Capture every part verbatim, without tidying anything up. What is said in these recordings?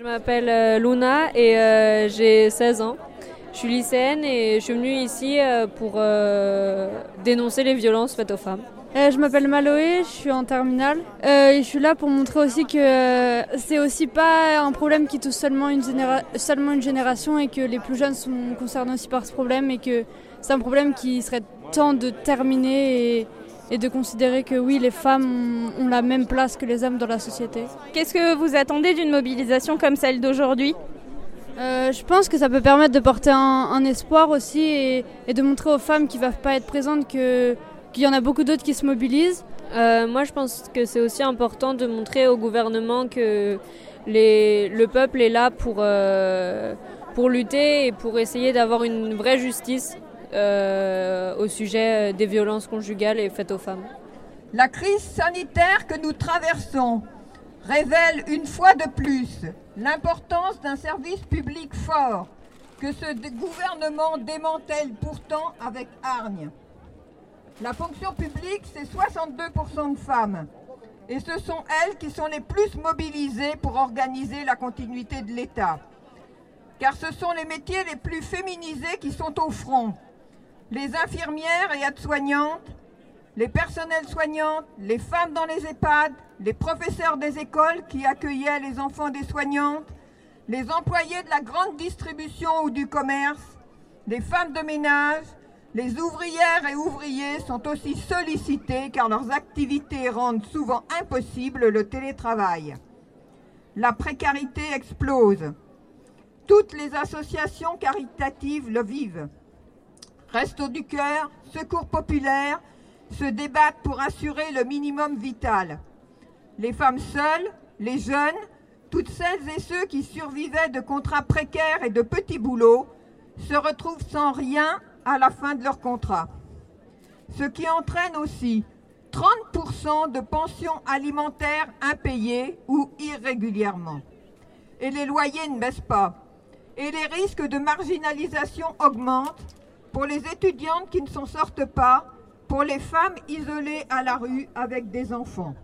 Je m'appelle euh, Luna et euh, j'ai seize ans. Je suis lycéenne et je suis venue ici euh, pour euh, dénoncer les violences faites aux femmes. Euh, je m'appelle Maloé, je suis en terminale. Euh, et je suis là pour montrer aussi que euh, c'est aussi pas un problème qui touche seulement une, généra- seulement une génération et que les plus jeunes sont concernés aussi par ce problème et que c'est un problème qui serait temps de terminer et, et de considérer que oui, les femmes ont, ont la même place que les hommes dans la société. Qu'est-ce que vous attendez d'une mobilisation comme celle d'aujourd'hui ? Euh, je pense que ça peut permettre de porter un, un espoir aussi et, et de montrer aux femmes qui ne peuvent pas être présentes que, qu'il y en a beaucoup d'autres qui se mobilisent. Euh, moi, je pense que c'est aussi important de montrer au gouvernement que les, le peuple est là pour, euh, pour lutter et pour essayer d'avoir une vraie justice euh, au sujet des violences conjugales et faites aux femmes. La crise sanitaire que nous traversons révèle une fois de plus l'importance d'un service public fort que ce gouvernement démantèle pourtant avec hargne. La fonction publique, c'est soixante-deux pour cent de femmes et ce sont elles qui sont les plus mobilisées pour organiser la continuité de l'État. Car ce sont les métiers les plus féminisés qui sont au front. Les infirmières et aides-soignantes, les personnels soignantes, les femmes dans les EHPAD, les professeurs des écoles qui accueillaient les enfants des soignantes, les employés de la grande distribution ou du commerce, les femmes de ménage, les ouvrières et ouvriers sont aussi sollicités car leurs activités rendent souvent impossible le télétravail. La précarité explose. Toutes les associations caritatives le vivent. Restos du Cœur, Secours populaire se débattent pour assurer le minimum vital. Les femmes seules, les jeunes, toutes celles et ceux qui survivaient de contrats précaires et de petits boulots se retrouvent sans rien à la fin de leur contrat. Ce qui entraîne aussi trente pour cent de pensions alimentaires impayées ou irrégulièrement. Et les loyers ne baissent pas. Et les risques de marginalisation augmentent pour les étudiantes qui ne s'en sortent pas, pour les femmes isolées à la rue avec des enfants.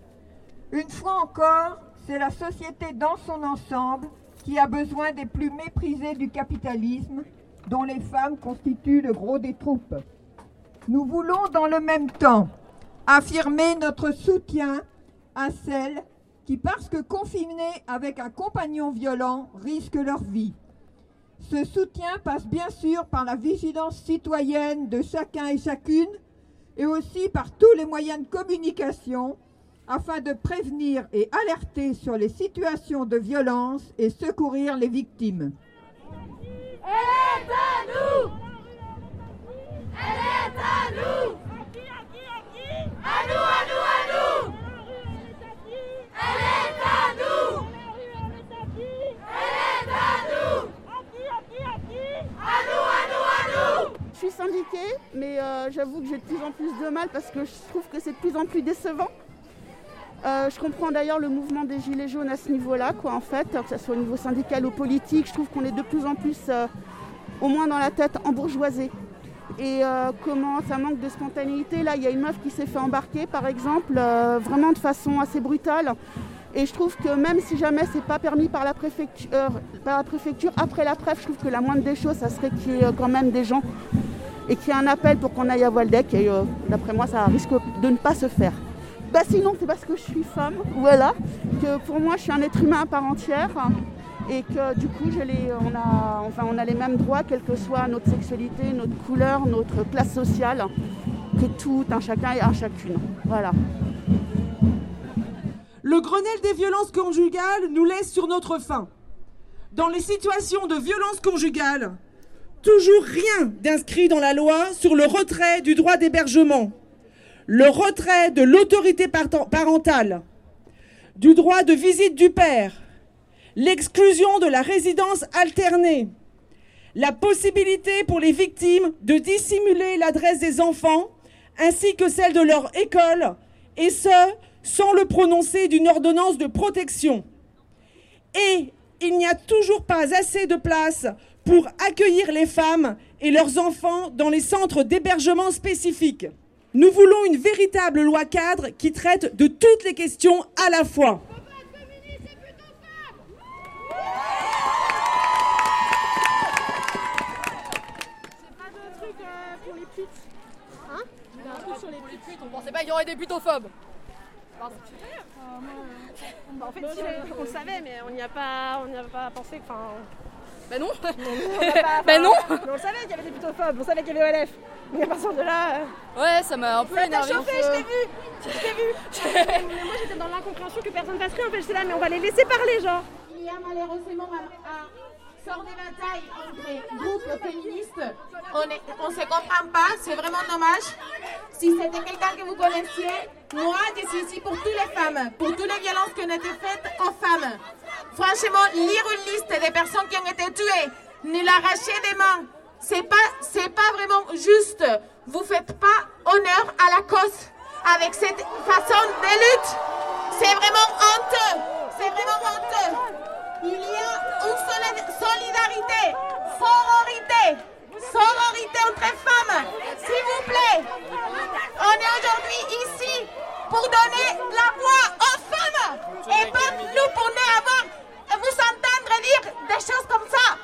Une fois encore, c'est la société dans son ensemble qui a besoin des plus méprisés du capitalisme, dont les femmes constituent le gros des troupes. Nous voulons dans le même temps affirmer notre soutien à celles qui, parce que confinées avec un compagnon violent, risquent leur vie. Ce soutien passe bien sûr par la vigilance citoyenne de chacun et chacune, et aussi par tous les moyens de communication afin de prévenir et alerter sur les situations de violence et secourir les victimes. Elle est à nous! Elle est à nous! À nous, à nous, à nous! Elle est à nous! Elle est à nous! À nous, à nous, à nous! Je suis syndiquée, mais euh, j'avoue que j'ai de plus en plus de mal parce que je trouve que c'est de plus en plus décevant. Euh, je comprends d'ailleurs le mouvement des Gilets jaunes à ce niveau-là, quoi, en fait, que ce soit au niveau syndical ou politique. Je trouve qu'on est de plus en plus, euh, au moins dans la tête, embourgeoisé. Et euh, comment ça manque de spontanéité. Là, il y a une meuf qui s'est fait embarquer, par exemple, euh, vraiment de façon assez brutale. Et je trouve que même si jamais c'est pas permis par la préfecture, euh, par la préfecture après la préf, je trouve que la moindre des choses, ça serait qu'il y ait quand même des gens et qu'il y ait un appel pour qu'on aille à Waldeck. Et euh, d'après moi, ça risque de ne pas se faire. Bah sinon, c'est parce que je suis femme, voilà, que pour moi, je suis un être humain à part entière et que du coup, j'ai les, on, a, enfin, on a les mêmes droits, quelle que soit notre sexualité, notre couleur, notre classe sociale, que tout un chacun et un chacune. Voilà. Le Grenelle des violences conjugales nous laisse sur notre faim. Dans les situations de violence conjugale, toujours rien d'inscrit dans la loi sur le retrait du droit d'hébergement, le retrait de l'autorité parentale, du droit de visite du père, l'exclusion de la résidence alternée, la possibilité pour les victimes de dissimuler l'adresse des enfants ainsi que celle de leur école, et ce, sans le prononcé d'une ordonnance de protection. Et il n'y a toujours pas assez de place pour accueillir les femmes et leurs enfants dans les centres d'hébergement spécifiques. Nous voulons une véritable loi cadre qui traite de toutes les questions à la fois. et des putophobes. Pardon. Bah, en fait, si, on, on le savait, mais on n'y a pas, on n'y a pas pensé. Enfin. Ben non. Ben non. On le savait qu'il y avait des putophobes, on savait qu'il y avait O L F. Mais à partir de là. Euh... Ouais, ça m'a un peu ça énervé. Ça t'a chauffé, je t'ai vu. Je t'ai vu. Mais moi, j'étais dans l'incompréhension que personne ne passerait. En fait, j'étais là, mais on va les laisser parler, genre. Il y a malheureusement un sort de bataille entre groupes féministes. On ne se comprend pas, c'est vraiment dommage. Si c'était quelqu'un que vous connaissiez, moi, je suis ici pour toutes les femmes, pour toutes les violences qui ont été faites aux femmes. Franchement, lire une liste des personnes qui ont été tuées, ne l'arracher des mains, c'est pas, c'est pas vraiment juste. Vous faites pas honneur à la cause avec cette façon de lutte. C'est vraiment honteux. C'est vraiment honteux. Il y a une solidarité, sororité, sororité entre femmes. S'il vous plaît, on est aujourd'hui ici pour donner la voix aux femmes et pas nous pour ne avoir, vous entendre dire des choses comme ça.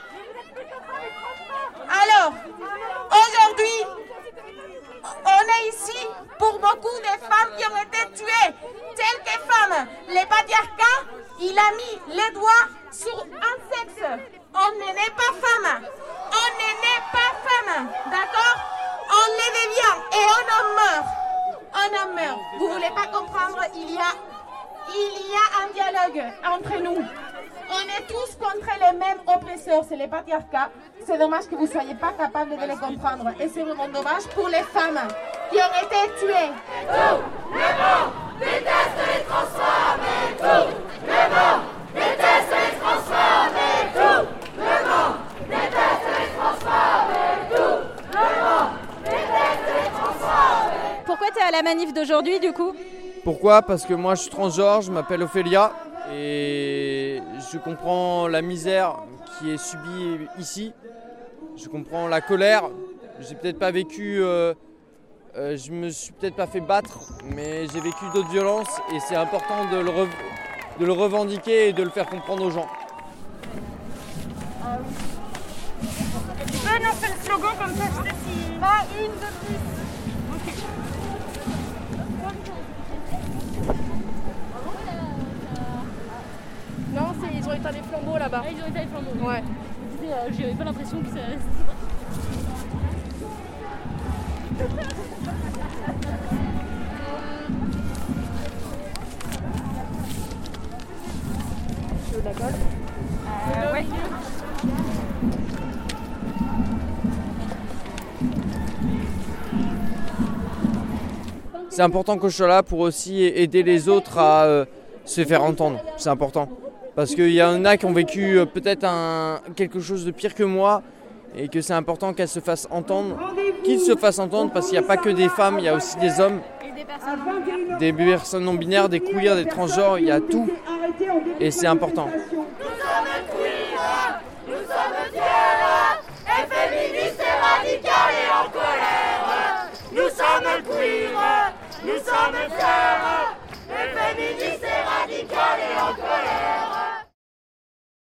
Alors, aujourd'hui, on est ici pour beaucoup de femmes qui ont été tuées, telles que femmes. Le patriarcat, il a mis les doigts sur un sexe. On n'est pas femme. On n'est pas femme. D'accord? On les devient et on en meurt. On en meurt. Vous ne voulez pas comprendre, il y a, il y a un dialogue entre nous. On est tous contre les mêmes oppresseurs, c'est le patriarcat. C'est dommage que vous ne soyez pas capables de les comprendre. Et c'est vraiment dommage pour les femmes qui ont été tuées. Et tout, les bons détestent les transformes. Et tout, les bons détestent les transformes. Et tout, les bons détestent les transformes. Et tout, les bons détestent les transformes. Pourquoi tu es à la manif d'aujourd'hui du coup? Pourquoi? Parce que moi je suis transgenre, je m'appelle Ophélia. Et je comprends la misère qui est subie ici. Je comprends la colère. J'ai peut-être pas vécu, euh, euh, je me suis peut-être pas fait battre, mais j'ai vécu d'autres violences et c'est important de le, re- de le revendiquer et de le faire comprendre aux gens. Ah oui. Tu peux annoncer le slogan comme ça, je sais si... Pas une de plus. Ok. Non, c'est, ils ont éteint les flambeaux là-bas. Ah, ils ont éteint les flambeaux. Ouais. Euh, J'avais pas l'impression que ça... Tu veux de la colle? Euh, ouais. C'est important que je sois là pour aussi aider les autres à euh, se faire entendre. C'est important. Parce qu'il y en a qui ont vécu euh, peut-être un, quelque chose de pire que moi et que c'est important qu'elles se fassent entendre, qu'ils se fassent entendre parce qu'il n'y a pas que des femmes, il y a aussi des hommes, Et des personnes non binaires. des personnes non binaires, des queers, des transgenres, il y a tout et c'est important.